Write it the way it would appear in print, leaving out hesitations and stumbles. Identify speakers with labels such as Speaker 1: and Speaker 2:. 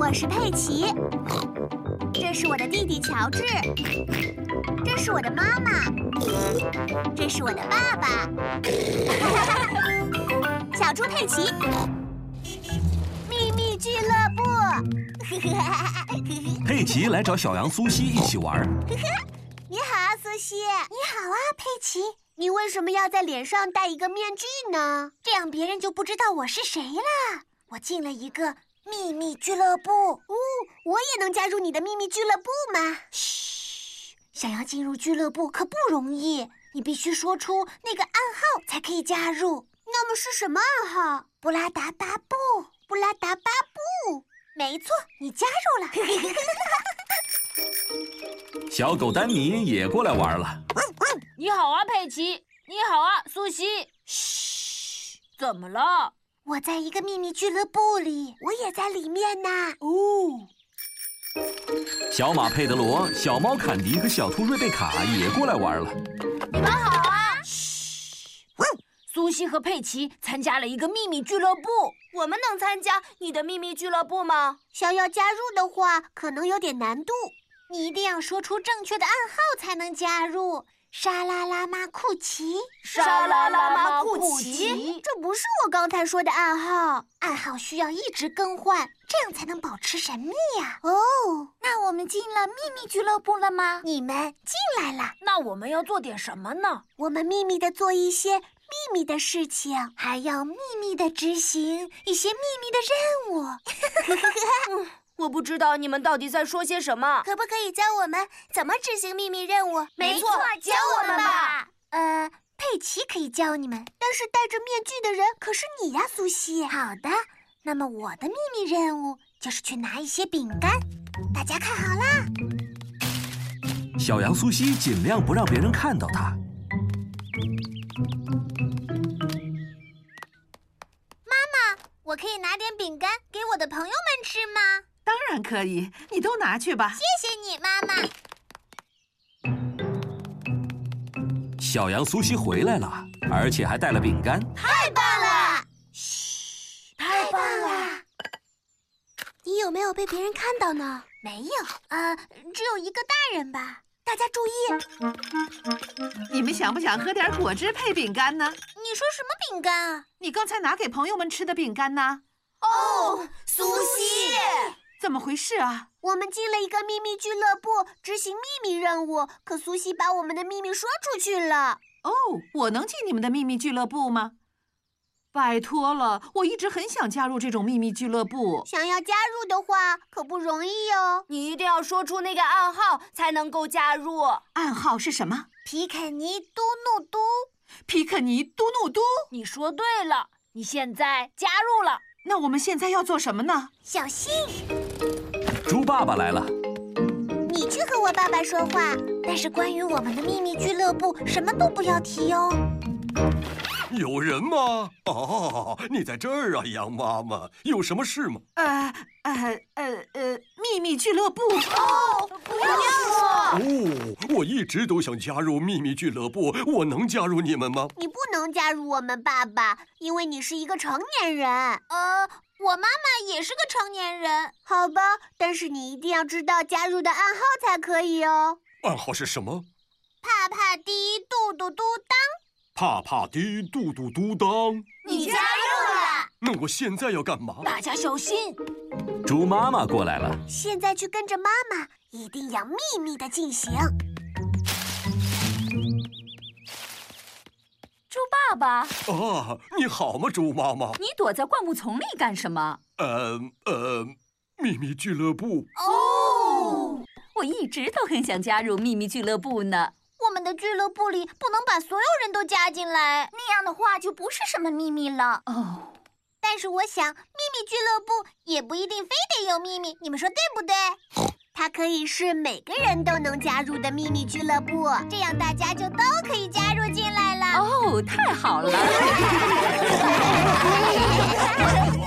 Speaker 1: 我是佩奇，这是我的弟弟乔治，这是我的妈妈，这是我的爸爸。小猪佩奇，秘密俱乐部。
Speaker 2: 佩奇来找小羊苏西一起玩。
Speaker 1: 你好啊，苏西。你好啊，佩奇。你为什么要在脸上戴一个面具呢？这样别人就不知道我是谁了。我进了一个秘密俱乐部。哦，我也能加入你的秘密俱乐部吗？嘘，想要进入俱乐部可不容易，你必须说出那个暗号才可以加入。那么是什么暗号？布拉达巴布，布拉达巴布。没错，你加入了。
Speaker 2: 小狗丹尼也过来玩了。
Speaker 3: 你好啊，佩奇。你好啊，苏西。嘘，怎么了？
Speaker 1: 我在一个秘密俱乐部里，我也在里面呢。
Speaker 3: 哦。
Speaker 2: 小马佩德罗、小猫坎迪和小兔瑞贝卡也过来玩了。
Speaker 3: 你们好啊。嘘。苏西和佩奇参加了一个秘密俱乐部。我们能参加你的秘密俱乐部吗？
Speaker 1: 想要加入的话，可能有点难度。你一定要说出正确的暗号才能加入。沙拉拉马库奇，
Speaker 3: 沙拉拉马库奇，
Speaker 1: 这不是我刚才说的暗号。暗号需要一直更换，这样才能保持神秘呀。哦，那我们进了秘密俱乐部了吗？你们进来了。
Speaker 3: 那我们要做点什么呢？
Speaker 1: 我们秘密地做一些秘密的事情，还要秘密地执行一些秘密的任务。
Speaker 3: 我不知道你们到底在说些什么。
Speaker 1: 可不可以教我们怎么执行秘密任务？
Speaker 3: 没错，教我们吧。
Speaker 1: 佩奇可以教你们，但是戴着面具的人可是你呀，苏西。好的，那么我的秘密任务就是去拿一些饼干。大家看好啦。
Speaker 2: 小羊苏西尽量不让别人看到它。
Speaker 1: 妈妈，我可以拿点饼干给我的朋友们吃吗？
Speaker 4: 当然可以，你都拿去吧。
Speaker 1: 谢谢你，妈妈。
Speaker 2: 小羊苏西回来了，而且还带了饼干。
Speaker 1: 太棒了！嘘，太棒了！你有没有被别人看到呢？没有，只有一个大人吧。大家注意，
Speaker 4: 你们想不想喝点果汁配饼干呢？
Speaker 1: 你说什么饼干啊？
Speaker 4: 你刚才拿给朋友们吃的饼干呢？
Speaker 1: 哦，苏西。
Speaker 4: 怎么回事啊？
Speaker 1: 我们进了一个秘密俱乐部，执行秘密任务，可苏西把我们的秘密说出去了。
Speaker 4: 哦，我能进你们的秘密俱乐部吗？拜托了，我一直很想加入这种秘密俱乐部。
Speaker 1: 想要加入的话，可不容易哦。
Speaker 3: 你一定要说出那个暗号才能够加入。
Speaker 4: 暗号是什么？
Speaker 1: 皮肯尼嘟怒嘟。
Speaker 4: 皮肯尼嘟怒嘟。
Speaker 3: 你说对了，你现在加入了。
Speaker 4: 那我们现在要做什么呢？
Speaker 1: 小心！
Speaker 2: 猪爸爸来了。
Speaker 1: 你去和我爸爸说话，但是关于我们的秘密俱乐部，什么都不要提哦。
Speaker 5: 有人吗？哦，你在这儿啊，羊妈妈，有什么事吗？
Speaker 4: 秘密俱乐部。
Speaker 1: 哦，不要说。
Speaker 5: 哦，我一直都想加入秘密俱乐部，我能加入你们吗？
Speaker 1: 你不能加入我们，爸爸，因为你是一个成年人。我妈妈也是个成年人。好吧，但是你一定要知道加入的暗号才可以哦。
Speaker 5: 暗号是什么？
Speaker 1: 帕帕迪嘟嘟嘟当。
Speaker 5: 帕帕迪嘟嘟嘟当。
Speaker 1: 你加入了。
Speaker 5: 那我现在要干嘛？
Speaker 3: 大家小心！
Speaker 2: 猪妈妈过来了。
Speaker 1: 现在去跟着妈妈，一定要秘密的进行。
Speaker 6: 猪爸爸，
Speaker 5: 啊，你好吗，猪妈妈？
Speaker 6: 你躲在灌木丛里干什么？
Speaker 5: 秘密俱乐部。
Speaker 6: 哦，我一直都很想加入秘密俱乐部呢。
Speaker 1: 我们的俱乐部里不能把所有人都加进来，那样的话就不是什么秘密了。
Speaker 6: 哦，
Speaker 1: 但是我想，秘密俱乐部也不一定非得有秘密，你们说对不对？它可以是每个人都能加入的秘密俱乐部，这样大家就都可以加入进来了。
Speaker 6: 哦，太好了！